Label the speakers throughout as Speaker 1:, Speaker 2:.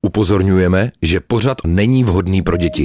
Speaker 1: Upozorňujeme, že pořad není vhodný pro děti.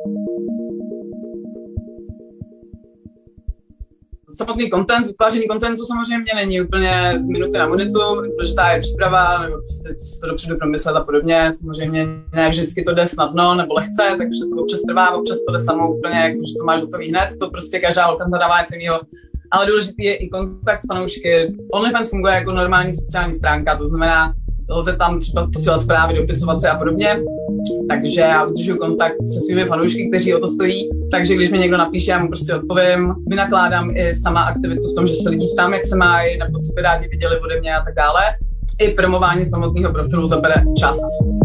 Speaker 2: Samotný content, vytváření contentu samozřejmě není úplně z minuty na minutu, protože ta je příprava, nebo prostě co to dopředu promyslet a podobně. Samozřejmě ne vždycky to jde snadno nebo lehce, takže to občas trvá, občas to jde samo úplně, jakože to máš hotový hned, to prostě každá holka dává něco jiného. Ale důležitý je i kontakt s fanoušky. OnlyFans funguje jako normální sociální stránka, to znamená, lze tam třeba posílat zprávy, dopisovat se a podobně. Takže já udržuju kontakt se svými fanoušky, kteří o to stojí. Takže když mi někdo napíše, já mu prostě odpovím. Vynakládám i sama aktivitu v tom, že se lidi ptám, jak se mají, nebo co by rádi viděli ode mě a tak dále. I promování samotného profilu zabere čas.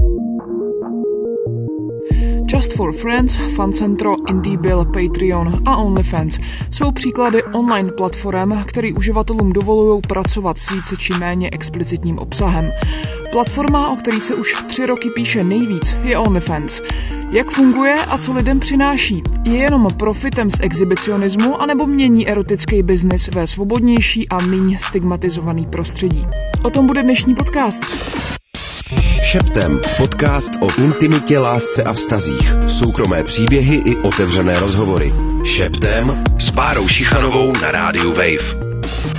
Speaker 3: Just for Friends, Fancentro, Indiebill, Patreon a OnlyFans jsou příklady online platform, které uživatelům dovolují pracovat s více či méně explicitním obsahem. Platforma, o který se už 3 roky píše nejvíc, je OnlyFans. Jak funguje a co lidem přináší? Je jenom profitem z exhibicionismu anebo mění erotický biznis ve svobodnější a míň stigmatizovaný prostředí? O tom bude dnešní podcast.
Speaker 1: Šeptem. Podcast o intimitě, lásce a vztazích. Soukromé příběhy i otevřené rozhovory. Šeptem s Bárou Šichanovou na rádiu Wave.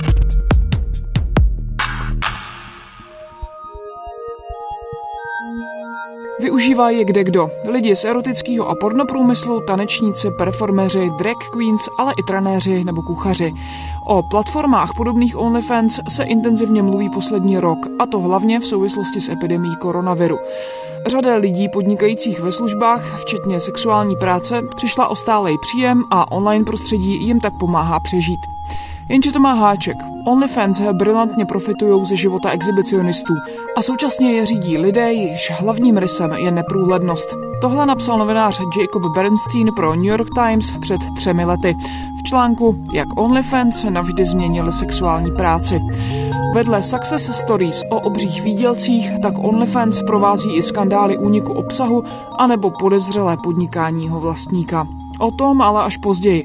Speaker 3: Využívá je kdekdo. Lidi z erotického a pornoprůmyslu, tanečníci, performeři, drag queens, ale i trenéři nebo kuchaři. O platformách podobných OnlyFans se intenzivně mluví poslední rok, a to hlavně v souvislosti s epidemií koronaviru. Řada lidí podnikajících ve službách, včetně sexuální práce, přišla o stálej příjem a online prostředí jim tak pomáhá přežít. Jenže to má háček. OnlyFans brilantně profitují ze života exhibicionistů a současně je řídí lidé, jejichž hlavním rysem je neprůhlednost. Tohle napsal novinář Jacob Bernstein pro New York Times před 3 lety v článku Jak OnlyFans navždy změnil sexuální práci. Vedle success stories o obřích výdělcích, tak OnlyFans provází i skandály úniku obsahu anebo podezřelé podnikání jeho vlastníka. O tom ale až později.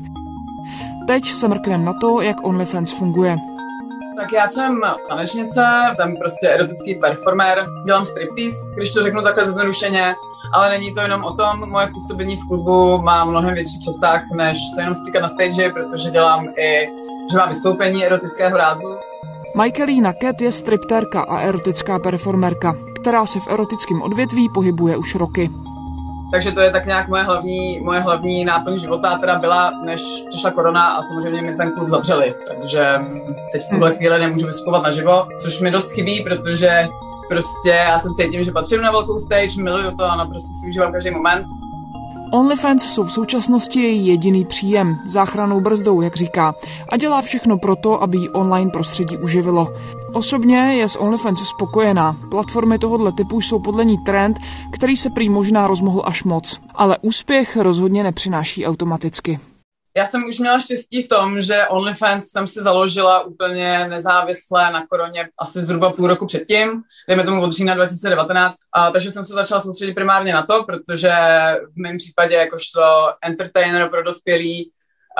Speaker 3: Teď se mrknem na to, jak OnlyFans funguje.
Speaker 2: Tak já jsem tanečnice, jsem prostě erotický performer, dělám striptease, když to řeknu takhle zjednodušeně, ale není to jenom o tom, moje působení v klubu má mnohem větší přesah, než se jenom stýkat na stage, protože dělám i živá vystoupení erotického rázu.
Speaker 3: Michaelina Cat je striptérka a erotická performerka, která se v erotickém odvětví pohybuje už roky.
Speaker 2: Takže to je tak nějak moje hlavní náplň života teda byla, než přišla korona a samozřejmě mi ten klub zavřeli. Takže teď v tuhle chvíli nemůžu vystupovat naživo, což mi dost chybí, protože prostě já se cítím, že patřím na velkou stage, miluju to a naprosto si užívám každý moment.
Speaker 3: OnlyFans jsou v současnosti její jediný příjem, záchrannou brzdou, jak říká, a dělá všechno proto, aby jí online prostředí uživilo. Osobně je s OnlyFans spokojená. Platformy tohoto typu jsou podle ní trend, který se prý možná rozmohl až moc. Ale úspěch rozhodně nepřináší automaticky.
Speaker 2: Já jsem už měla štěstí v tom, že OnlyFans jsem si založila úplně nezávisle na koroně asi zhruba půl roku předtím, dejme tomu od října 2019, takže jsem se začala soustředit primárně na to, protože v mém případě jakožto entertainer pro dospělý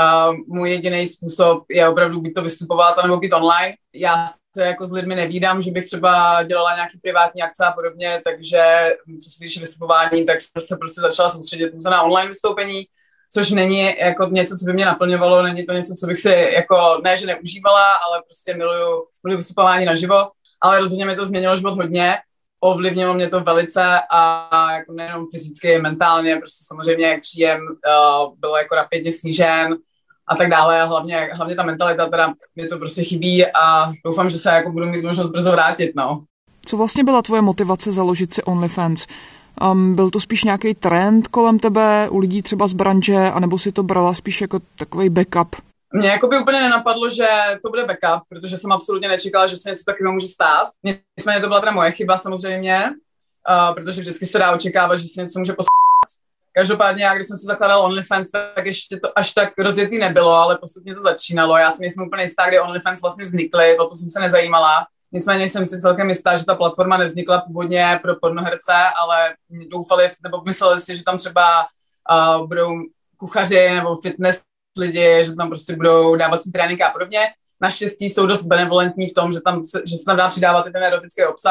Speaker 2: můj jediný způsob je opravdu buď to vystupovat, nebo být online. Já se jako s lidmi nevídám, že bych třeba dělala nějaký privátní akce a podobně, takže co se týče vystupování, tak jsem se prostě začala soustředit pouze na online vystoupení, což není jako něco, co by mě naplňovalo, není to něco, co bych si jako, ne, že neužívala, ale prostě miluju vystupování naživo, ale rozhodně mi to změnilo život hodně, ovlivnilo mě to velice a jako nejenom fyzicky, mentálně, prostě samozřejmě příjem byl jako rapidně snížen a tak dále a hlavně ta mentalita, teda mi to prostě chybí a doufám, že se jako budu mít možnost brzo vrátit, no.
Speaker 3: Co vlastně byla tvoje motivace založit si OnlyFans? Byl to spíš nějaký trend kolem tebe, u lidí třeba z branže, anebo si to brala spíš jako takový backup?
Speaker 2: Mně jako by úplně nenapadlo, že to bude backup, protože jsem absolutně nečekala, že se něco takového může stát. Nicméně to byla teda moje chyba samozřejmě, protože vždycky se dá očekávat, že se něco může Každopádně já, když jsem se zakládal OnlyFans, tak ještě to až tak rozjetý nebylo, ale postupně to začínalo. Já si nejsem úplně jistá, kdy OnlyFans vlastně vznikly, o to jsem se nezajímala. Nicméně jsem si celkem jistá, že ta platforma nevznikla původně pro pornoherce, ale doufali, nebo mysleli si, že tam třeba budou kuchaři nebo fitness lidi, že tam prostě budou dávat si tréninky a podobně. Naštěstí jsou dost benevolentní v tom, že se tam dá přidávat i ten erotický obsah.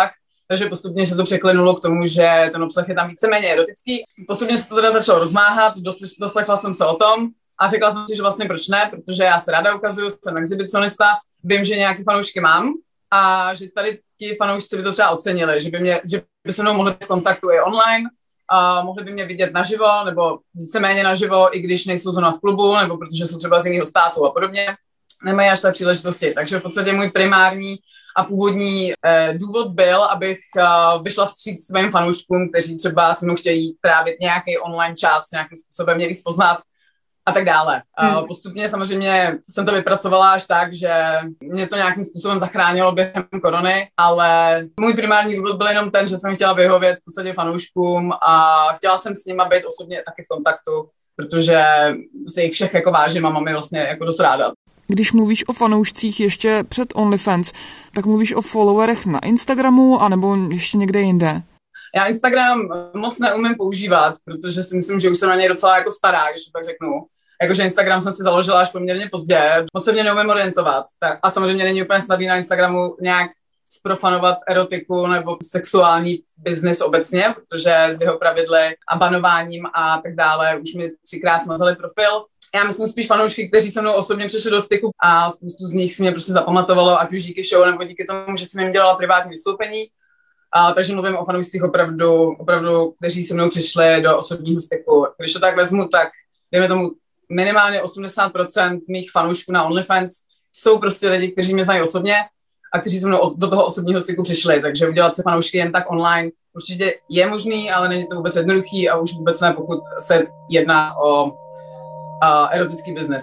Speaker 2: takže postupně se to překlenulo k tomu, že ten obsah je tam víceméně erotický. Postupně se to teda začalo rozmáhat, doslechla jsem se o tom a řekla jsem si, že vlastně proč ne, protože já se ráda ukazuju, jsem exhibicionista, vím, že nějaký fanoušky mám a že tady ti fanoušci by to třeba ocenili, že by se mnou mohli v kontaktu i online, a mohli by mě vidět naživo, nebo víceméně naživo, i když nejsou zrovna v klubu, nebo protože jsou třeba z jiného státu a podobně. Nemají až tak příležitosti. Takže v podstatě můj primární a původní důvod byl, abych vyšla vstříc svým fanouškům, kteří třeba se mnou chtějí trávit nějaký online čas, nějakým způsobem mě víc poznat a tak dále. Postupně samozřejmě jsem to vypracovala až tak, že mě to nějakým způsobem zachránilo během korony, ale můj primární důvod byl jenom ten, že jsem chtěla vyhovět v podstatě fanouškům a chtěla jsem s nimi být osobně taky v kontaktu, protože se jich všech jako vážím a mám je vlastně jako dost ráda.
Speaker 3: Když mluvíš o fanoušcích ještě před OnlyFans, tak mluvíš o followerech na Instagramu anebo ještě někde jinde?
Speaker 2: Já Instagram moc neumím používat, protože si myslím, že už jsem na něj docela jako stará, když to tak řeknu. Jakože Instagram jsem si založila až poměrně pozdě, moc se mě neumím orientovat. A samozřejmě není úplně snadný na Instagramu nějak zprofanovat erotiku nebo sexuální biznis obecně, protože s jeho pravidly a banováním a tak dále už mi 3krát smazali profil. Já myslím spíš fanoušky, kteří se mnou osobně přišli do styku a spoustu z nich si mě prostě zapamatovalo, ať už díky show nebo díky tomu, že jsem jim dělala privátní vystoupení. Takže mluvím o fanoušcích opravdu, kteří se mnou přišli do osobního styku. Když to tak vezmu, tak dejme tomu minimálně 80% mých fanoušků na OnlyFans jsou prostě lidi, kteří mě znají osobně a kteří se mnou do toho osobního styku přišli. Takže udělat si fanoušky jen tak online určitě je možný, ale není to vůbec jednoduchý a už vůbec ne, pokud se jedná o erotický biznes.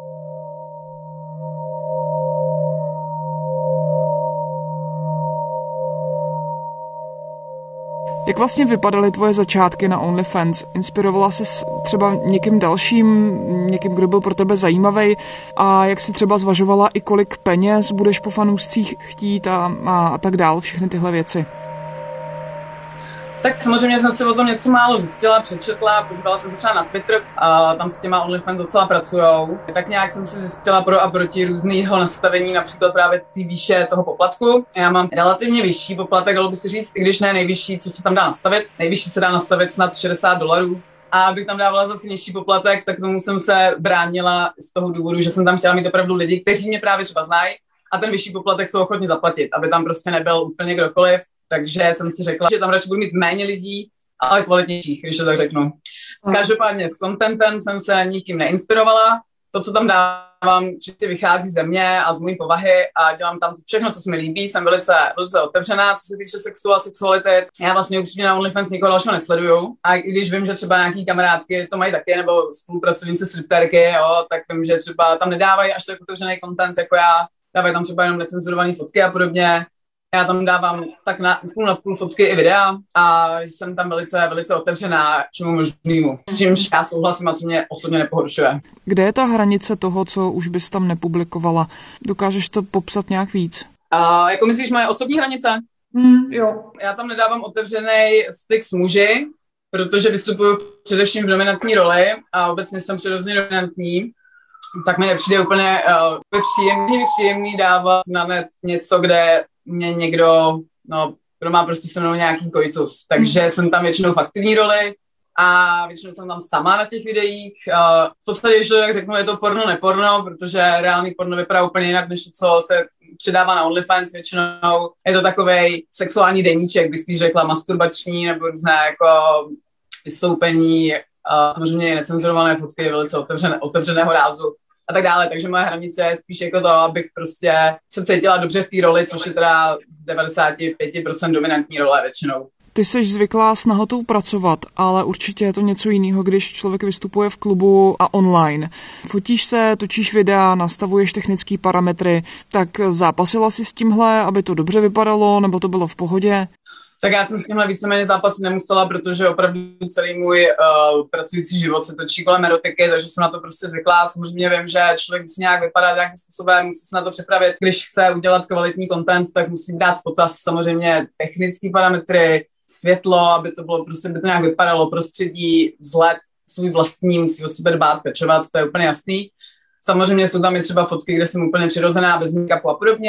Speaker 3: Jak vlastně vypadaly tvoje začátky na OnlyFans? Inspirovala jsi třeba někým dalším, někým, kdo byl pro tebe zajímavý? A jak jsi třeba zvažovala i kolik peněz budeš po fanoušcích chtít a tak dál, všechny tyhle věci?
Speaker 2: Tak samozřejmě jsem si o tom něco málo zjistila, přečetla, podívala jsem se třeba na Twitter, a tam s těma OnlyFans docela pracujou. Tak nějak jsem si zjistila pro a proti různýho nastavení, například právě ty výše toho poplatku. Já mám relativně vyšší poplatek, dalo by se říct, i když ne nejvyšší, co se tam dá nastavit. Nejvyšší se dá nastavit snad $60. A abych tam dávala zase nižší poplatek, tak tomu jsem se bránila z toho důvodu, že jsem tam chtěla mít opravdu lidi, kteří mě právě třeba znají a ten vyšší poplatek jsou ochotni zaplatit, aby tam prostě nebyl úplně kdokoliv. Takže jsem si řekla, že tam radši budu mít méně lidí, ale kvalitnějších, když to tak řeknu. Každopádně s contentem jsem se nikým neinspirovala. To, co tam dávám, čistě vychází ze mě a z mojí povahy a dělám tam všechno, co se mi líbí. Jsem velice otevřená, co se týče sexu a sexuality. Já vlastně upřímně na OnlyFans nikoho dalšího nesleduju. A i když vím, že třeba nějaký kamarádky to mají taky, nebo spolupracovníci stripterky, jo, tak vím, že třeba tam nedávají až tak otevřený content jako já. Dávají tam třeba jenom necenzurované fotky a podobně. Já tam dávám tak na půl fotky i videa a jsem tam velice otevřená čemu možnému. S čímž já souhlasím a co mě osobně nepohoršuje.
Speaker 3: Kde je ta hranice toho, co už bys tam nepublikovala? Dokážeš to popsat nějak víc?
Speaker 2: Jako myslíš moje osobní hranice?
Speaker 3: Jo.
Speaker 2: Já tam nedávám otevřený styk s muži, protože vystupuju především v dominantní roli a obecně jsem přirozeně dominantní. Tak mi nepřijde úplně příjemný dávat na net něco, kde mě někdo, kdo má prostě se mnou nějaký koitus. Takže jsem tam většinou v aktivní roli a většinou jsem tam sama na těch videích. V podstatě, když to tak řeknu, je to porno, neporno, protože reálný porno vypadá úplně jinak, než to, co se předává na OnlyFans. Většinou je to takovej sexuální deníček, bych spíš řekla masturbační nebo různé jako vystoupení, samozřejmě i necenzurované fotky velice otevřeného rázu a tak dále, takže moje hranice je spíš jako to, abych prostě se cítila dobře v té roli, což je teda 95% dominantní role většinou.
Speaker 3: Ty jsi zvyklá s nahotou pracovat, ale určitě je to něco jiného, když člověk vystupuje v klubu a online. Fotíš se, točíš videa, nastavuješ technické parametry, tak zápasila jsi s tímhle, aby to dobře vypadalo, nebo to bylo v pohodě?
Speaker 2: Tak já jsem s tímhle víceméně zápasit nemusela, protože opravdu celý můj pracující život se točí kolem erotiky, takže jsem na to prostě zvyklá. Samozřejmě vím, že člověk musí nějak vypadat nějakým způsobem, musí se na to připravit. Když chce udělat kvalitní content, tak musí dát v potaz samozřejmě technické parametry, světlo, aby to bylo prostě, aby to nějak vypadalo, prostředí, vzhled, svůj vlastní, musí o sebe dbát, pečovat, to je úplně jasný. Samozřejmě jsou tam i třeba fotky, kde jsem úplně přirozená, bez make-upu a podobně.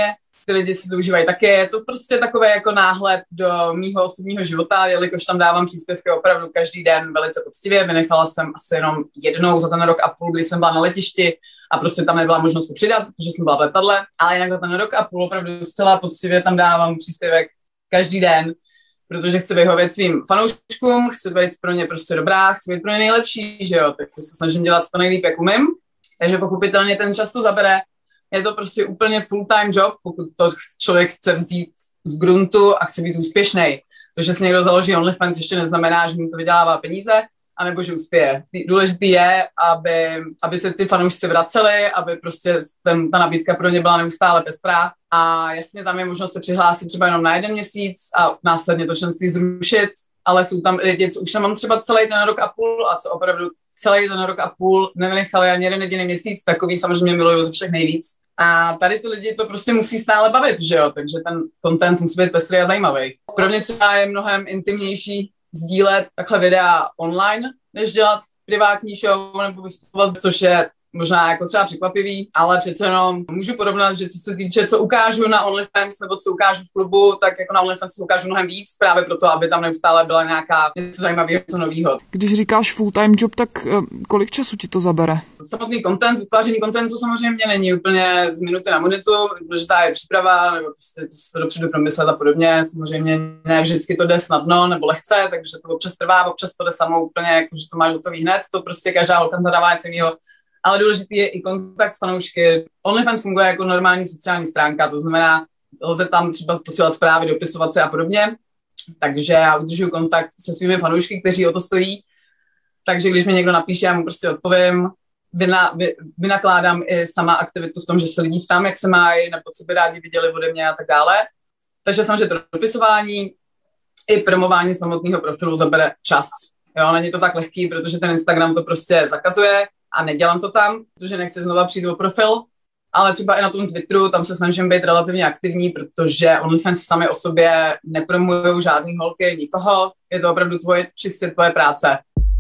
Speaker 2: ty lidi si to užívají taky. Je to prostě takový jako náhled do mýho osobního života, jelikož tam dávám příspěvky opravdu každý den velice poctivě. Vynechala jsem asi jenom jednou za ten rok a půl, kdy jsem byla na letišti a prostě tam nebyla možnost to přidat, protože jsem byla v letadle, ale jinak za ten rok a půl opravdu zcela poctivě tam dávám příspěvek každý den, protože chci vyhovět svým fanouškům, chci být pro ně prostě dobrá, chci být pro ně nejlepší, že jo, takže se snažím dělat to nejlíp, jak umím, takže pochopitelně ten čas to zabere. Je to prostě úplně full-time job, pokud to člověk chce vzít z gruntu a chce být úspěšný. To, že si někdo založí OnlyFans, ještě neznamená, že mu to vydělává peníze, anebo že uspěje. Důležitý je, aby se ty fanoušci vraceli, aby prostě ta nabídka pro ně byla neustále pestrá. A jasně tam je možnost se přihlásit třeba jenom na 1 měsíc a následně to členství zrušit, ale jsou tam lidi, co už tam mám třeba celý ten rok a půl a co opravdu celý ten rok a půl nevynechali ani jeden jediný měsíc, takový samozřejmě miluju ze všech nejvíc. A tady ty lidi to prostě musí stále bavit, že jo, takže ten content musí být pestrý a zajímavý. Pro mě třeba je mnohem intimnější sdílet takhle videa online, než dělat privátní show nebo vystupovat, což je možná jako třeba překvapivý, ale přece jenom můžu porovnat, že co se týče, co ukážu na OnlyFans nebo co ukážu v klubu, tak jako na OnlyFans ukážu mnohem víc, právě proto, aby tam neustále byla nějaká něco zajímavého, něco nového.
Speaker 3: Když říkáš full-time job, tak kolik času ti to zabere?
Speaker 2: Samotný content, vytváření contentu samozřejmě není úplně z minuty na minutu, důležitá je příprava, nebo prostě to dopředu promyslet a podobně. Samozřejmě ne vždycky to jde snadno nebo lehce, takže to občas trvá, občas to jde samo úplně, jako, že to máš hotový hned, to prostě každá holka dává něco jiného. Ale důležitý je i kontakt s fanoušky. OnlyFans funguje jako normální sociální stránka, to znamená, lze tam třeba posílat zprávy, dopisovat se a podobně. Takže já udržuju kontakt se svými fanoušky, kteří o to stojí. Takže když mi někdo napíše, já mu prostě odpovím. Vynakládám i sama aktivitu v tom, že se lidi ptám, jak se mají, nebo co by rádi viděli ode mě a tak dále. Takže samozřejmě to dopisování i promování samotného profilu zabere čas. Jo, není to tak lehký, protože ten Instagram to prostě zakazuje. A nedělám to tam, protože nechci znova přijít o profil, ale třeba i na tom Twitteru, tam se snažím být relativně aktivní, protože OnlyFans sami o sobě nepromujou žádný holky, nikoho, je to opravdu čistě tvoje práce.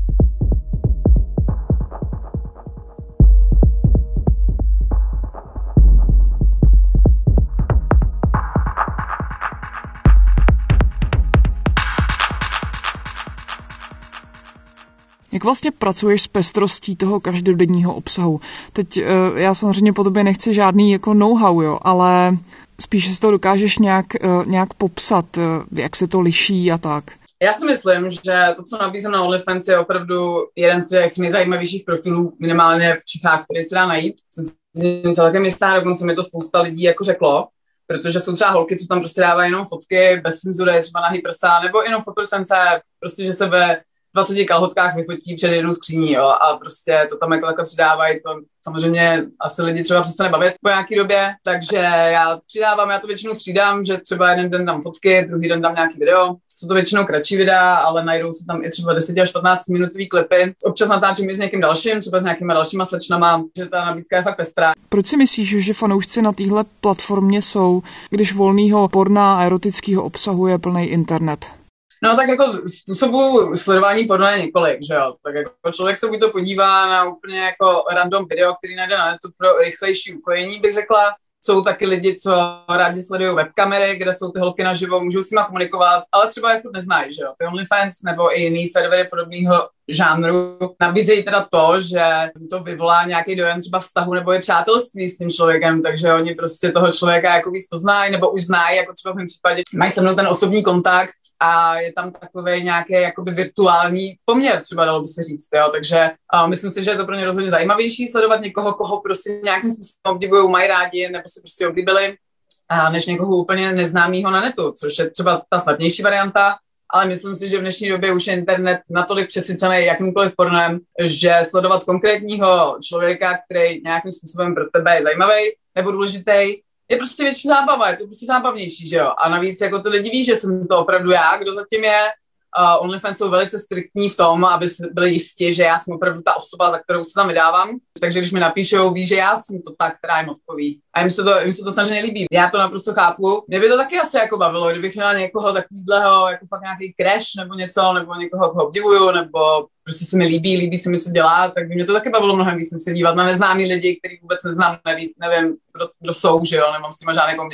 Speaker 3: Jak vlastně pracuješ s pestrostí toho každodenního obsahu? Teď já samozřejmě po tobě nechci žádný jako know-how, jo, ale spíše si to dokážeš nějak popsat, jak se to liší a tak.
Speaker 2: Já si myslím, že to, co nabízím na OnlyFans, je opravdu jeden z těch nejzajímavějších profilů, minimálně v Čechách, který se dá najít. Jsem si celkem jistá, dokonce mi to spousta lidí jako řeklo, protože jsou třeba holky, co tam prostě dávají jenom fotky, bez cenzury, třeba nahý prsa, nebo jenom fotosence, prostě, že se ve 20 kalhotkách vyfotí před jednou skříní, jo, a prostě to tam jako takhle přidávají, to samozřejmě asi lidi třeba přestane bavit po nějaký době, takže já to většinou střídám, že třeba jeden den dám fotky, druhý den dám nějaký video, jsou to většinou kratší videa, ale najdou se tam i třeba 10 až 15 minutový klipy, občas natáčím i s někým dalším, třeba s nějakýma dalšíma slečnama, že ta nabídka je fakt pestrá.
Speaker 3: Proč si myslíš, že fanoušci na téhle platformě jsou, když volného porna a erotického obsahu je plný internet?
Speaker 2: No tak jako způsobu sledování porna je několik, že jo, tak jako člověk se buď to podívá na úplně jako random video, který najde na netu pro rychlejší ukojení, bych řekla. Jsou taky lidi, co rádi sledují webkamery, kde jsou ty holky naživo, můžou s nima komunikovat, ale třeba je furt neznají, že jo. Ty OnlyFans nebo i jiný servery podobného žánru nabízejí teda to, že to vyvolá nějaký dojem třeba vztahu nebo je přátelství s tím člověkem, takže oni prostě toho člověka jako víc poznají nebo už znají, jako třeba v mém případě mají se mnou ten osobní kontakt a je tam takový nějaký jakoby virtuální poměr, třeba dalo by se říct, jo. Takže myslím si, že je to pro ně rozhodně zajímavější sledovat někoho, koho prostě nějakým způsobem obdivují, mají rádi nebo si prostě oblíbili, než někoho úplně neznámého na netu, což je třeba ta snadnější varianta. Ale myslím si, že v dnešní době už je internet natolik přesycený jakýmkoliv pornem, že sledovat konkrétního člověka, který nějakým způsobem pro tebe je zajímavý nebo důležitý, je prostě větší zábava, je to prostě zábavnější, že jo. A navíc jako ty lidi ví, že jsem to opravdu já, kdo zatím je. OnlyFans jsou velice striktní v tom, aby byli jistí, že já jsem opravdu ta osoba, za kterou se tam vydávám. Takže když mi napíšou, ví, že já jsem to ta, která jim odpoví. A jim se to samozřejmě líbí. Já to naprosto chápu. Mě by to taky asi jako bavilo, kdybych měla někoho takovýhleho, jako fakt nějaký crash nebo něco, nebo někoho, koho obdivuju, nebo prostě se mi líbí se mi, co dělá, tak by mě to taky bavilo mnohem víc, se dívat na neznámý lidi, který vůbec neznám, nevím, kdo jsou, že jo, nemám s nima žádný poměr, no.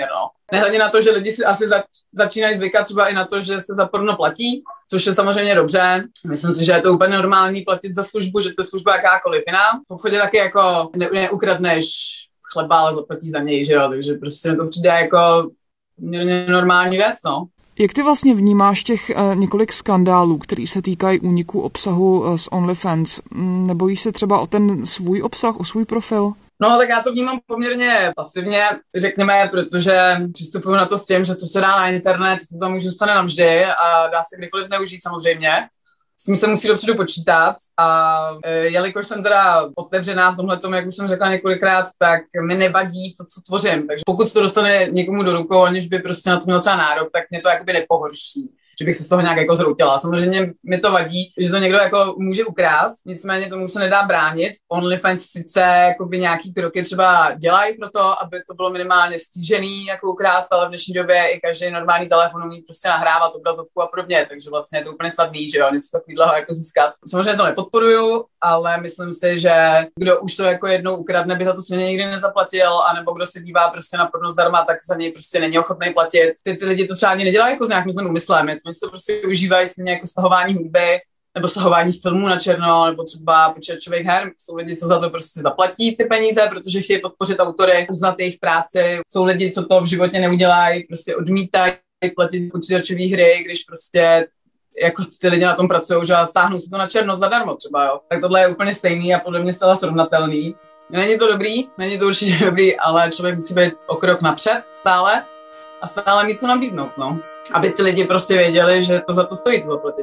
Speaker 2: Nehledě na to, že lidi si asi začínají zvykat třeba i na to, že se za porno platí, což je samozřejmě dobře. Myslím si, že je to úplně normální platit za službu, že to je služba jakákoliv jiná. V obchodě taky jako neukradneš chleba, ale zaplatí za něj, že jo, takže prostě to přijde jako normální věc, no.
Speaker 3: Jak ty vlastně vnímáš těch několik skandálů, který se týkají úniku obsahu z OnlyFans? Nebojíš se třeba o ten svůj obsah, o svůj profil?
Speaker 2: No, tak já to vnímám poměrně pasivně, řekněme, protože přistupuju na to s tím, že co se dá na internet, to tam už zůstane navždy a dá se kdykoliv zneužít samozřejmě. S tím se musí dopředu počítat a jelikož jsem teda otevřená v tomhletom, jak už jsem řekla několikrát, tak mi nevadí to, co tvořím. Takže pokud to dostane někomu do rukou, aniž by prostě na to měl třeba nárok, tak mě to jakoby nepohorší, že bych se z toho nějak jako zroutila. Samozřejmě mi to vadí, že to někdo jako může ukrást, nicméně tomu se nedá bránit. OnlyFans sice jakoby nějaký kroky třeba dělají pro to, aby to bylo minimálně stížený jako ukrást, ale v dnešní době i každý normální telefon umí prostě nahrávat obrazovku a podobně, takže vlastně je to úplně snadný, že jo, něco takového jako získat. Samozřejmě to nepodporuju, ale myslím si, že kdo už to jako jednou ukradne, by za to stejně nikdy nezaplatil, anebo kdo se dívá prostě na porno zdarma, tak za něj prostě není ochotný platit. Ty lidi to třeba ani nedělají jako s nějakým zlým úmyslem. Oni to prostě užívají stejně jako stahování hudby nebo stahování filmů na černo nebo třeba počítačových her. Jsou lidi, co za to prostě zaplatí ty peníze, protože chtějí podpořit autory, uznat jejich práci. Jsou lidi, co to v životě neudělají, prostě odmítají platit počítačové hry, když prostě jako ty lidi na tom pracují, že stáhnou si to na černo zadarmo třeba, jo. Tak tohle je úplně stejný a podle mě zcela srovnatelný. Není to dobrý, není to určitě dobrý, ale člověk musí být o krok napřed stále a stále mít co nabídnout, no. Aby ty lidi prostě věděli, že to za to stojí to zaplatit.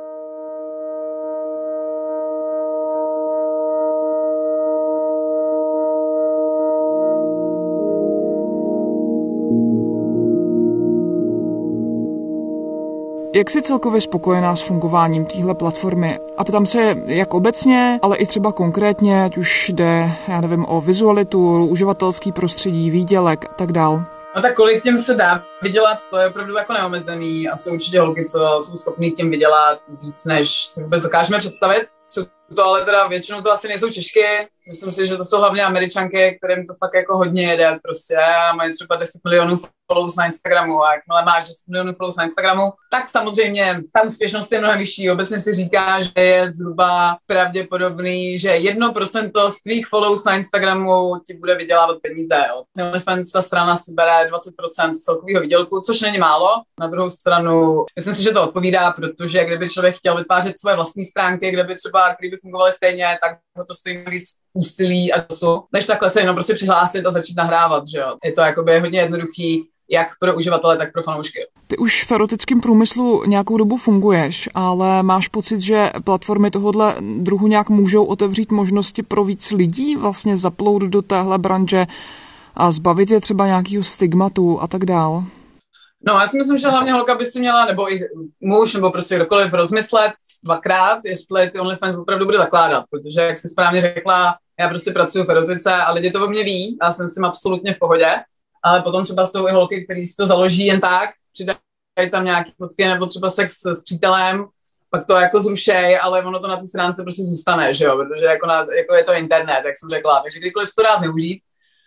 Speaker 3: Jak jsi celkově spokojená s fungováním téhle platformy? A ptám se jak obecně, ale i třeba konkrétně, ať už jde, já nevím, o vizualitu, uživatelský prostředí, výdělek a tak dál.
Speaker 2: No tak kolik tím se dá vydělat, to je opravdu jako neomezený a jsou určitě holky, co jsou schopný tím vydělat víc, než si vůbec dokážeme představit. Jsou to ale teda většinou to asi nejsou Češky, myslím si, že to jsou hlavně Američanky, kterým to fakt jako hodně jede prostě a mají třeba 10 milionů followers na Instagramu a jakmile máš 10 milionů followers na Instagramu, tak samozřejmě ta úspěšnost je mnohem vyšší. Obecně si říká, že je zhruba pravděpodobný, že 1% z tvých followers na Instagramu ti bude vydělávat peníze. OnlyFans ta strana si bere 20% z celkového výdělku, což není málo. Na druhou stranu, myslím si, že to odpovídá, protože kdyby člověk chtěl vytvářet své vlastní stránky, kde by třeba, kdyby fungovaly stejně, tak ho to stojí víc úsilí a času, než takhle se jenom prostě přihlásit a začít nahrávat, že jo. Je to jakoby hodně jednoduchý, jak pro uživatele, tak pro fanoušky. Ty
Speaker 3: už v erotickém průmyslu nějakou dobu funguješ, ale máš pocit, že platformy tohohle druhu nějak můžou otevřít možnosti pro víc lidí vlastně zaplout do téhle branže a zbavit je třeba nějakého stigmatu a tak dál?
Speaker 2: No, já si myslím, že hlavně holka by si měla, nebo i muž, nebo prostě kdokoliv rozmyslet dvakrát, jestli ty OnlyFans opravdu bude zakládat, protože, jak jsi správně řekla, já prostě pracuji v erotice a lidi to o mě ví, já jsem s tím absolutně v pohodě, ale potom třeba jsou i holky, který si to založí jen tak, přidají tam nějaké fotky nebo třeba sex s přítelem, pak to jako zrušej, ale ono to na té stránce prostě zůstane, že jo, protože jako je to internet, jak jsem řekla, takže kdykoliv to dá zneužít.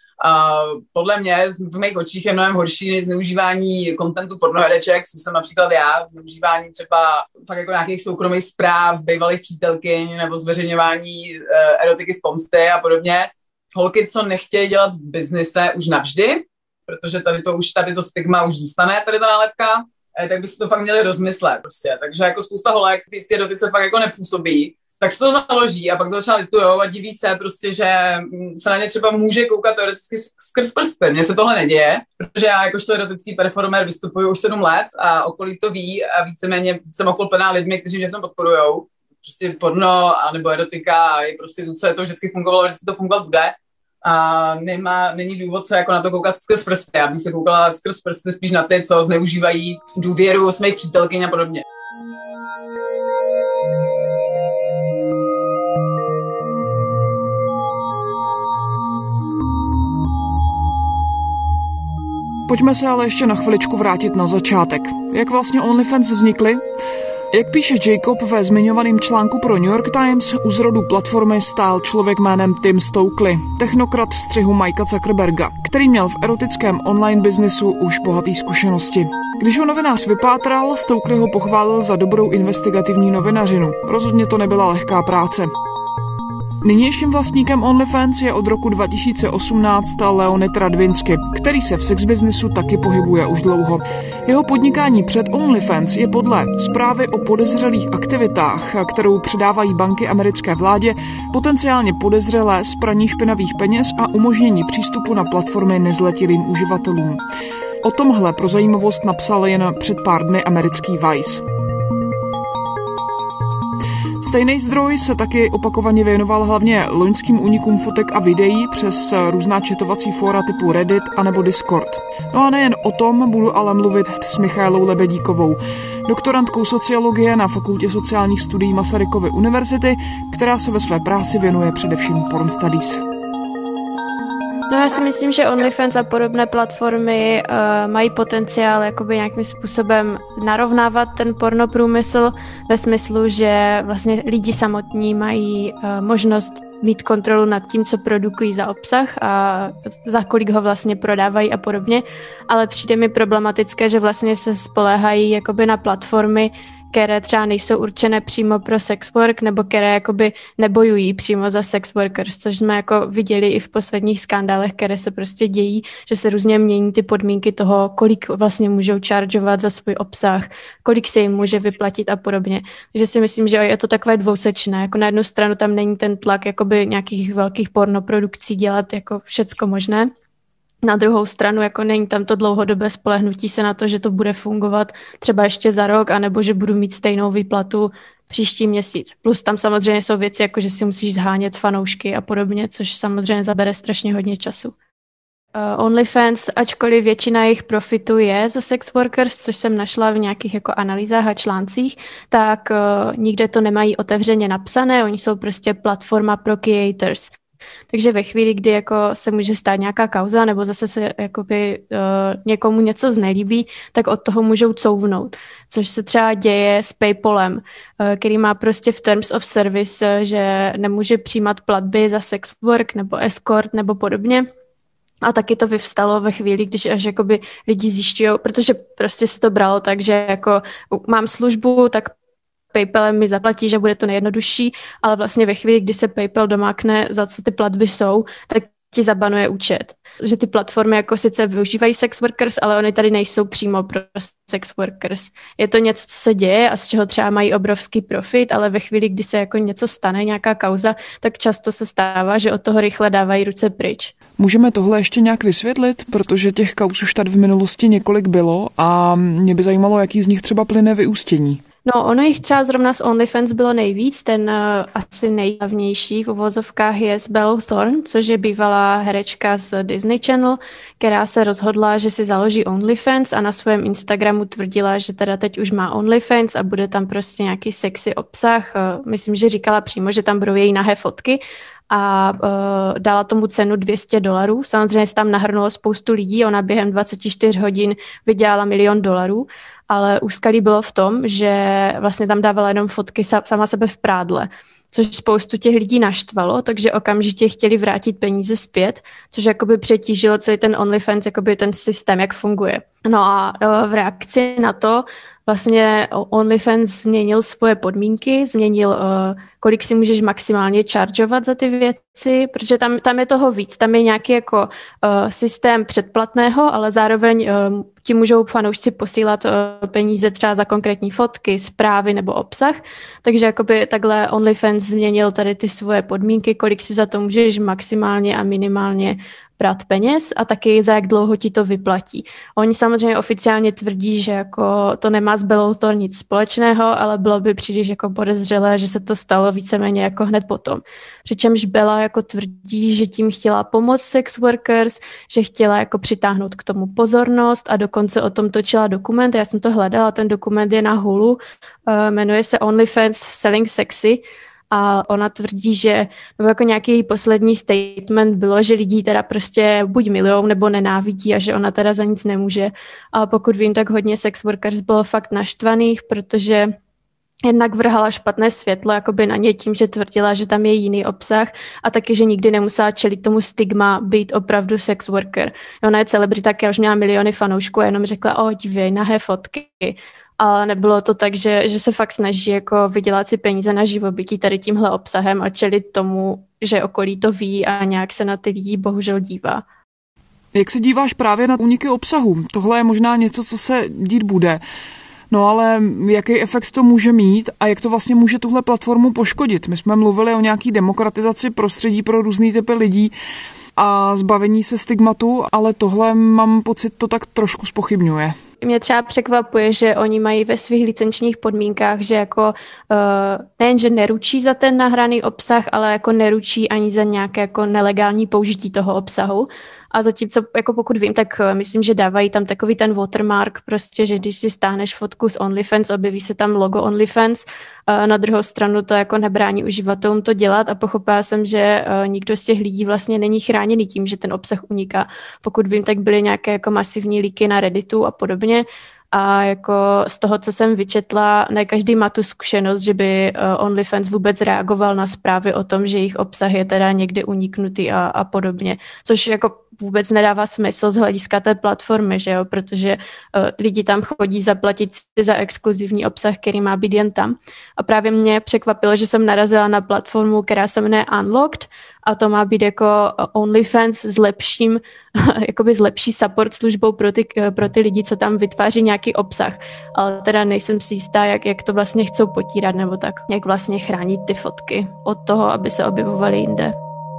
Speaker 2: Podle mě v mých očích je mnohem horší než zneužívání kontentu pornohereček, což jsem například já, zneužívání třeba fakt jako nějakých soukromých zpráv, bývalých přítelkyň nebo zveřejňování erotiky z pomsty a podobně. Holky, co nechtějí dělat v biznise už navždy, protože tady to stigma už zůstane, tady ta nálepka, tak by se to fakt měli rozmyslet prostě. Takže jako spousta holek ty erotice fakt jako nepůsobí, tak se to založí a pak to začala litujou a diví se prostě, že se na ně třeba může koukat teoreticky skrz prsty. Mně se tohle neděje, protože já jakožto erotický performer vystupuju už 7 let a okolí to ví a víceméně jsem oklopená lidmi, kteří mě v tom podporujou. Prostě porno anebo erotika a i prostituce, to vždycky fungovalo, že to fungovat bude. A není důvod se jako na to koukat skrz prsty. Já bych se koukala skrz prsty spíš na ty, co zneužívají důvěru svých přítelkyň a podobně.
Speaker 3: Pojďme se ale ještě na chviličku vrátit na začátek. Jak vlastně OnlyFans vznikly? Jak píše Jacob ve zmiňovaném článku pro New York Times, u zrodu platformy stál člověk jménem Tim Stokely, technokrat střihu Mikea Zuckerberga, který měl v erotickém online biznesu už bohatý zkušenosti. Když ho novinář vypátral, Stokely ho pochválil za dobrou investigativní novinařinu. Rozhodně to nebyla lehká práce. Nynějším vlastníkem OnlyFans je od roku 2018 Leonid Radvinsky, který se v sex businessu taky pohybuje už dlouho. Jeho podnikání před OnlyFans je podle zprávy o podezřelých aktivitách, kterou předávají banky americké vládě, potenciálně podezřelé z praní špinavých peněz a umožnění přístupu na platformy nezletilým uživatelům. O tomhle pro zajímavost napsal jen před pár dny americký Vice. Stejný zdroj se taky opakovaně věnoval hlavně loňským únikům fotek a videí přes různá chatovací fóra typu Reddit anebo Discord. No a nejen o tom budu ale mluvit s Michaelou Lebedíkovou, doktorantkou sociologie na Fakultě sociálních studií Masarykovy univerzity, která se ve své práci věnuje především porn studies.
Speaker 4: No já si myslím, že OnlyFans a podobné platformy mají potenciál jakoby nějakým způsobem narovnávat ten pornoprůmysl ve smyslu, že vlastně lidi samotní mají možnost mít kontrolu nad tím, co produkují za obsah a za kolik ho vlastně prodávají a podobně, ale přijde mi problematické, že vlastně se spoléhají jakoby na platformy, které třeba nejsou určené přímo pro sex work, nebo které jakoby nebojují přímo za sex workers, což jsme jako viděli i v posledních skandálech, které se prostě dějí, že se různě mění ty podmínky toho, kolik vlastně můžou chargeovat za svůj obsah, kolik se jim může vyplatit a podobně. Takže si myslím, že je to takové dvousečné. Jako na jednu stranu tam není ten tlak jakoby nějakých velkých pornoprodukcí dělat jako všecko možné. Na druhou stranu jako není tam to dlouhodobé spolehnutí se na to, že to bude fungovat třeba ještě za rok, anebo že budu mít stejnou výplatu příští měsíc. Plus tam samozřejmě jsou věci, jako že si musíš zhánět fanoušky a podobně, což samozřejmě zabere strašně hodně času. OnlyFans, ačkoliv většina jejich profitu je ze sex workers, což jsem našla v nějakých jako analýzách a článcích, tak nikde to nemají otevřeně napsané, oni jsou prostě platforma pro creators. Takže ve chvíli, kdy jako se může stát nějaká kauza nebo zase se jakoby, někomu něco znelíbí, tak od toho můžou couvnout. Což se třeba děje s PayPalem, který má prostě v Terms of Service, že nemůže přijímat platby za sex work nebo escort nebo podobně. A taky to vyvstalo ve chvíli, když až jakoby lidi zjišťují, protože prostě se to bralo tak, že jako mám službu, tak PayPalem mi zaplatí, že bude to nejjednodušší, ale vlastně ve chvíli, kdy se PayPal domákne, za co ty platby jsou, tak ti zabanuje účet. Že ty platformy jako sice využívají sex workers, ale oni tady nejsou přímo pro sex workers. Je to něco, co se děje a z čeho třeba mají obrovský profit, ale ve chvíli, kdy se jako něco stane, nějaká kauza, tak často se stává, že od toho rychle dávají ruce pryč.
Speaker 3: Můžeme tohle ještě nějak vysvětlit, protože těch kauz už tady v minulosti několik bylo a mě by zajímalo, jaký z nich třeba plyne vyústění.
Speaker 4: No, ono jich třeba zrovna z OnlyFans bylo nejvíc, ten asi nejhlavnější v uvozovkách je s Belle Thorne, což je bývalá herečka z Disney Channel, která se rozhodla, že si založí OnlyFans a na svém Instagramu tvrdila, že teda teď už má OnlyFans a bude tam prostě nějaký sexy obsah. Myslím, že říkala přímo, že tam budou její nahé fotky a dala tomu cenu $200. Samozřejmě se tam nahrnulo spoustu lidí, ona během 24 hodin vydělala $1 milion, ale úskalí bylo v tom, že vlastně tam dávala jenom fotky sama sebe v prádle, což spoustu těch lidí naštvalo, takže okamžitě chtěli vrátit peníze zpět, což jakoby přetížilo celý ten OnlyFans, jakoby ten systém, jak funguje. No a v reakci na to vlastně OnlyFans změnil svoje podmínky, změnil, kolik si můžeš maximálně chargeovat za ty věci, protože tam je toho víc. Tam je nějaký jako systém předplatného, ale zároveň ti můžou fanoušci posílat peníze třeba za konkrétní fotky, zprávy nebo obsah. Takže jakoby takhle OnlyFans změnil tady ty svoje podmínky, kolik si za to můžeš maximálně a minimálně brát peněz a taky za jak dlouho ti to vyplatí. Oni samozřejmě oficiálně tvrdí, že jako to nemá s Bellou Thorne nic společného, ale bylo by příliš jako podezřelé, že se to stalo víceméně jako hned potom. Přičemž Bella jako tvrdí, že tím chtěla pomoct sex workers, že chtěla jako přitáhnout k tomu pozornost a dokonce o tom točila dokument. Já jsem to hledala, ten dokument je na Hulu, jmenuje se OnlyFans Selling Sexy. A ona tvrdí, že nebo jako nějaký poslední statement bylo, že lidí teda prostě buď milujou nebo nenávidí a že ona teda za nic nemůže. A pokud vím, tak hodně sex workers bylo fakt naštvaných, protože jednak vrhala špatné světlo jakoby na ně tím, že tvrdila, že tam je jiný obsah a taky, že nikdy nemusela čelit tomu stigma být opravdu sex worker. Ona je celebrita, která už měla miliony fanoušků a jenom řekla, dívej, nahé fotky. Ale nebylo to tak, že se fakt snaží jako vydělat si peníze na živobytí tady tímhle obsahem a čelit tomu, že okolí to ví a nějak se na ty lidi bohužel dívá.
Speaker 3: Jak se díváš právě na úniky obsahu? Tohle je možná něco, co se dít bude. No ale jaký efekt to může mít a jak to vlastně může tuhle platformu poškodit? My jsme mluvili o nějaký demokratizaci prostředí pro různý typy lidí a zbavení se stigmatu, ale tohle mám pocit to tak trošku zpochybňuje.
Speaker 4: Mě třeba překvapuje, že oni mají ve svých licenčních podmínkách, že jako nejenže neručí za ten nahraný obsah, ale jako neručí ani za nějaké jako nelegální použití toho obsahu. A zatímco, jako pokud vím, tak myslím, že dávají tam takový ten watermark, prostě, že když si stáhneš fotku z OnlyFans, objeví se tam logo OnlyFans, na druhou stranu to jako nebrání uživatelům to dělat a pochopila jsem, že nikdo z těch lidí vlastně není chráněný tím, že ten obsah uniká. Pokud vím, tak byly nějaké jako masivní líky na Redditu a podobně. A jako z toho, co jsem vyčetla, ne každý má tu zkušenost, že by OnlyFans vůbec reagoval na zprávy o tom, že jejich obsah je teda někde uniknutý a podobně. Což jako vůbec nedává smysl z hlediska té platformy, že jo? Protože lidi tam chodí zaplatit si za exkluzivní obsah, který má být jen tam. A právě mě překvapilo, že jsem narazila na platformu, která se jmenuje Unlocked, a to má být jako OnlyFans s lepším, jakoby s lepší support službou pro ty lidi, co tam vytváří nějaký obsah. Ale teda nejsem si jistá, jak to vlastně chcou potírat, nebo tak, jak vlastně chránit ty fotky od toho, aby se objevovaly jinde.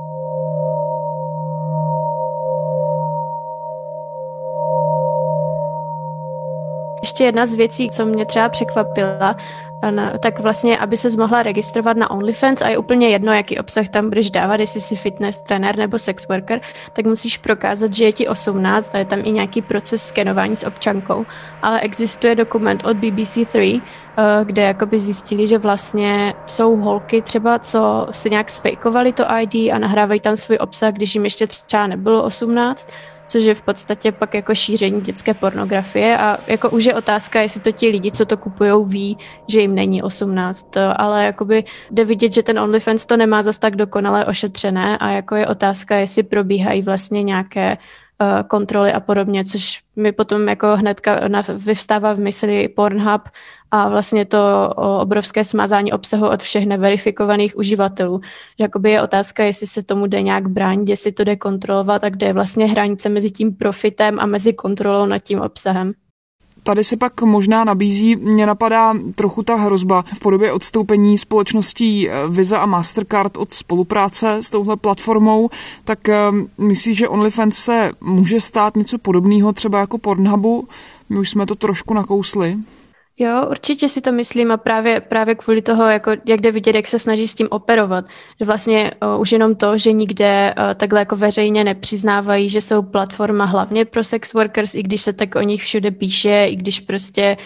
Speaker 4: Ještě jedna z věcí, co mě třeba překvapila, tak vlastně, aby ses mohla registrovat na OnlyFans a je úplně jedno, jaký obsah tam budeš dávat, jestli jsi fitness trenér nebo sex worker, tak musíš prokázat, že je ti 18 a je tam i nějaký proces skenování s občankou. Ale existuje dokument od BBC3, kde jakoby zjistili, že vlastně jsou holky třeba, co si nějak sfejkovali to ID a nahrávají tam svůj obsah, když jim ještě třeba nebylo 18, což je v podstatě pak jako šíření dětské pornografie a jako už je otázka, jestli to ti lidi, co to kupujou, ví, že jim není 18, ale jakoby jde vidět, že ten OnlyFans to nemá zas tak dokonale ošetřené a jako je otázka, jestli probíhají vlastně nějaké kontroly a podobně, což mi potom jako hnedka vyvstává v mysli Pornhub a vlastně to obrovské smazání obsahu od všech neverifikovaných uživatelů. Že jakoby je otázka, jestli se tomu jde nějak bránit, jestli to jde kontrolovat a kde je vlastně hranice mezi tím profitem a mezi kontrolou nad tím obsahem.
Speaker 3: Tady se pak možná nabízí, mě napadá trochu ta hrozba v podobě odstoupení společností Visa a Mastercard od spolupráce s touhle platformou, tak myslíš, že OnlyFans se může stát něco podobného třeba jako Pornhubu? My už jsme to trošku nakousli.
Speaker 4: Jo, určitě si to myslím a právě kvůli toho, jako, jak jde vidět, jak se snaží s tím operovat. Že vlastně už jenom to, že nikde takhle jako veřejně nepřiznávají, že jsou platforma hlavně pro sex workers, i když se tak o nich všude píše, i když prostě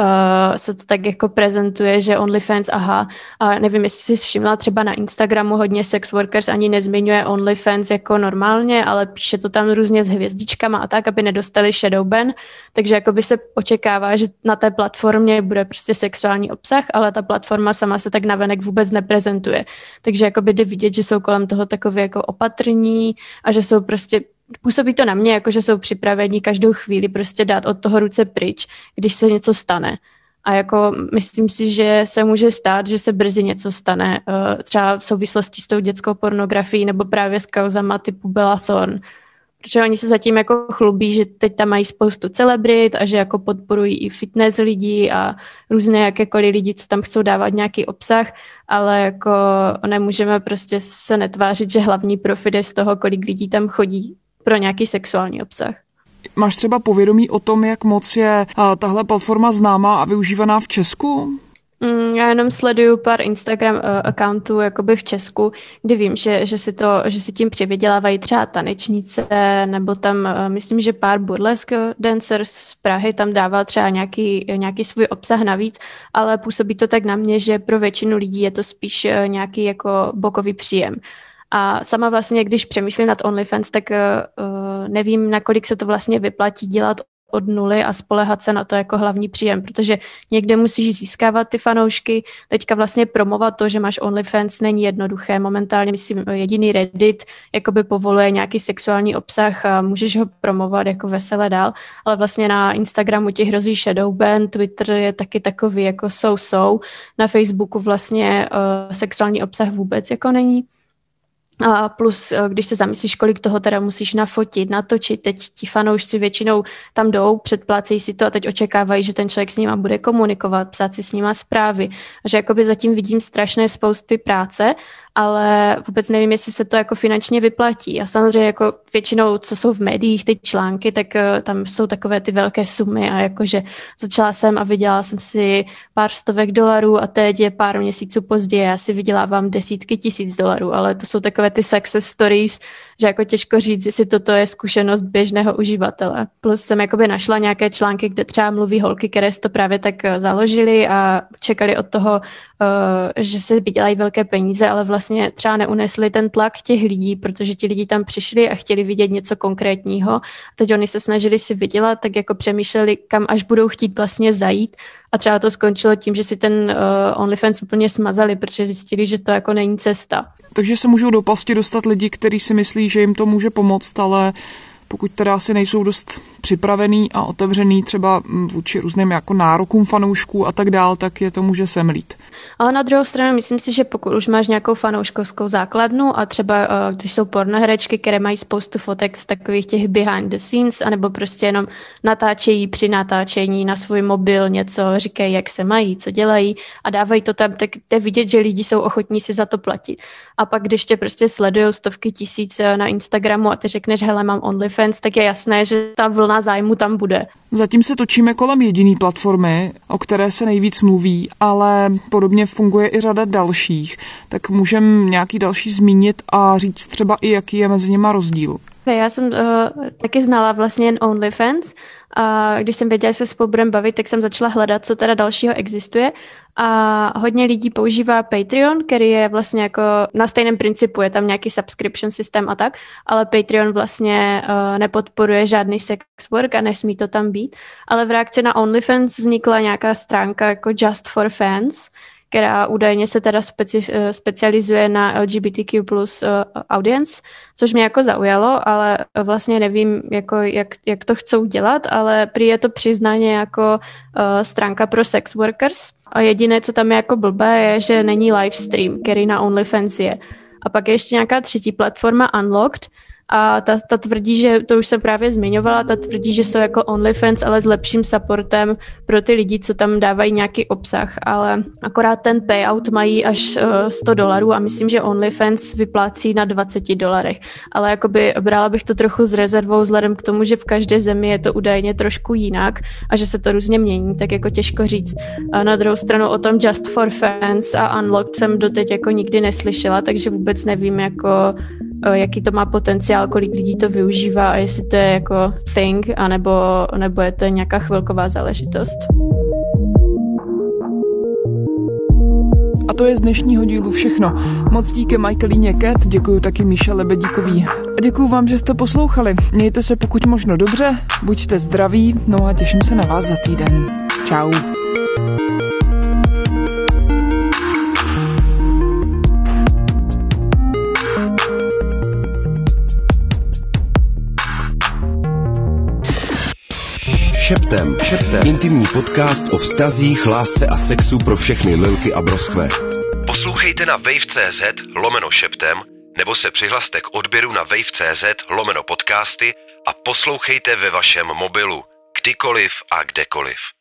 Speaker 4: se to tak jako prezentuje, že OnlyFans, aha, a nevím, jestli jsi všimla, třeba na Instagramu hodně sex workers ani nezmiňuje OnlyFans jako normálně, ale píše to tam různě s hvězdičkama a tak, aby nedostali shadow ban, takže jakoby se očekává, že na té platformě bude prostě sexuální obsah, ale ta platforma sama se tak navenek vůbec neprezentuje, takže jakoby jde vidět, že jsou kolem toho takové jako opatrní a že jsou prostě působí to na mě, jako že jsou připraveni každou chvíli prostě dát od toho ruce pryč, když se něco stane. A jako myslím si, že se může stát, že se brzy něco stane, třeba v souvislosti s tou dětskou pornografií nebo právě s kauzama typu Bella Thorne. Protože oni se zatím jako chlubí, že teď tam mají spoustu celebrit a že jako podporují i fitness lidí a různé jakékoliv lidi, co tam chcou dávat nějaký obsah, ale jako nemůžeme prostě se netvářit, že hlavní profit je z toho, kolik lidí tam chodí pro nějaký sexuální obsah.
Speaker 3: Máš třeba povědomí o tom, jak moc je tahle platforma známá a využívaná v Česku?
Speaker 4: Já jenom sleduju pár Instagram accountů jakoby v Česku, kdy vím, že si tím přivydělávají třeba tanečnice, nebo tam myslím, že pár burlesque dancers z Prahy tam dával třeba nějaký svůj obsah navíc, ale působí to tak na mě, že pro většinu lidí je to spíš nějaký jako bokový příjem. A sama vlastně, když přemýšlím nad OnlyFans, tak nevím, nakolik se to vlastně vyplatí dělat od nuly a spoléhat se na to jako hlavní příjem, protože někde musíš získávat ty fanoušky. Teďka vlastně promovat to, že máš OnlyFans, není jednoduché. Momentálně myslím, jediný Reddit jakoby povoluje nějaký sexuální obsah a můžeš ho promovat jako vesele dál, ale vlastně na Instagramu ti hrozí shadowban, Twitter je taky takový jako so. Na Facebooku vlastně sexuální obsah vůbec jako není. A plus, když se zamyslíš, kolik toho teda musíš nafotit, natočit, teď ti fanoušci většinou tam jdou, předplácejí si to a teď očekávají, že ten člověk s nima bude komunikovat, psát si s nima zprávy. A že jakoby zatím vidím strašné spousty práce, ale vůbec nevím, jestli se to jako finančně vyplatí. A samozřejmě jako většinou, co jsou v médiích, ty články, tak tam jsou takové ty velké sumy a jakože začala jsem a vydělala jsem si pár stovek dolarů a teď je pár měsíců později, já si vydělávám desítky tisíc dolarů, ale to jsou takové ty success stories, že jako těžko říct, jestli toto je zkušenost běžného uživatele. Plus jsem jakoby našla nějaké články, kde třeba mluví holky, které si to právě tak založily a čekali od toho, že se vydělají velké peníze, ale vlastně třeba neunesli ten tlak těch lidí, protože ti lidi tam přišli a chtěli vidět něco konkrétního. Teď oni se snažili si vydělat, tak jako přemýšleli, kam až budou chtít vlastně zajít a třeba to skončilo tím, že si ten OnlyFans úplně smazali, protože zjistili, že to jako není cesta.
Speaker 3: Takže se můžou do pasti dostat lidi, kteří si myslí, že jim to může pomoct, ale pokud teda asi nejsou dost připravený a otevřený třeba vůči různým jako nárokům fanoušků a tak dál, tak je to může semlít.
Speaker 4: Ale na druhou stranu myslím si, že pokud už máš nějakou fanouškovskou základnu a třeba když jsou pornoherečky, které mají spoustu fotek z takových těch behind the scenes, anebo prostě jenom natáčejí při natáčení na svůj mobil něco, říkají, jak se mají, co dělají a dávají to tam, tak jde vidět, že lidi jsou ochotní si za to platit. A pak když tě prostě sledujou stovky tisíc na Instagramu a ty řekneš, hele, mám OnlyFans, tak je jasné, že ta vlna zájmu tam bude.
Speaker 3: Zatím se točíme kolem jediné platformy, o které se nejvíc mluví, ale podobně funguje i řada dalších. Tak můžeme nějaký další zmínit a říct třeba i, jaký je mezi nimi rozdíl.
Speaker 4: Já jsem taky znala vlastně jen OnlyFans a když jsem věděla, že se spolu budeme bavit, tak jsem začala hledat, co teda dalšího existuje a hodně lidí používá Patreon, který je vlastně jako na stejném principu, je tam nějaký subscription systém a tak, ale Patreon vlastně nepodporuje žádný sex work a nesmí to tam být, ale v reakci na OnlyFans vznikla nějaká stránka jako Just for Fans, která údajně se teda specializuje na LGBTQ plus audience, což mě jako zaujalo, ale vlastně nevím, jako, jak to chcou dělat, ale prý je to přiznaně jako stránka pro sex workers. A jediné, co tam je jako blbé, je, že není live stream, který na OnlyFans je. A pak je ještě nějaká třetí platforma Unlocked, a ta tvrdí, že, to už jsem právě zmiňovala, ta tvrdí, že jsou jako OnlyFans, ale s lepším supportem pro ty lidi, co tam dávají nějaký obsah, ale akorát ten payout mají až $100 a myslím, že OnlyFans vyplácí na $20. Ale jakoby brala bych to trochu s rezervou vzhledem k tomu, že v každé zemi je to údajně trošku jinak a že se to různě mění, tak jako těžko říct. A na druhou stranu o tom Just for Fans a Unlocked jsem doteď jako nikdy neslyšela, takže vůbec nevím, jako jaký to má potenciál, kolik lidí to využívá a jestli to je jako thing, anebo je to nějaká chvilková záležitost.
Speaker 3: A to je z dnešního dílu všechno. Moc díky Michaelině Cat, děkuji taky Míše Lebedíkový. A děkuji vám, že jste poslouchali. Mějte se pokud možno dobře, buďte zdraví, no a těším se na vás za týden. Čau.
Speaker 1: Šeptem. Intimní podcast o vztazích, lásce a sexu pro všechny lilky a broskve. Poslouchejte na wave.cz/šeptem nebo se přihlaste k odběru na wave.cz/podcasty a poslouchejte ve vašem mobilu, kdykoliv a kdekoliv.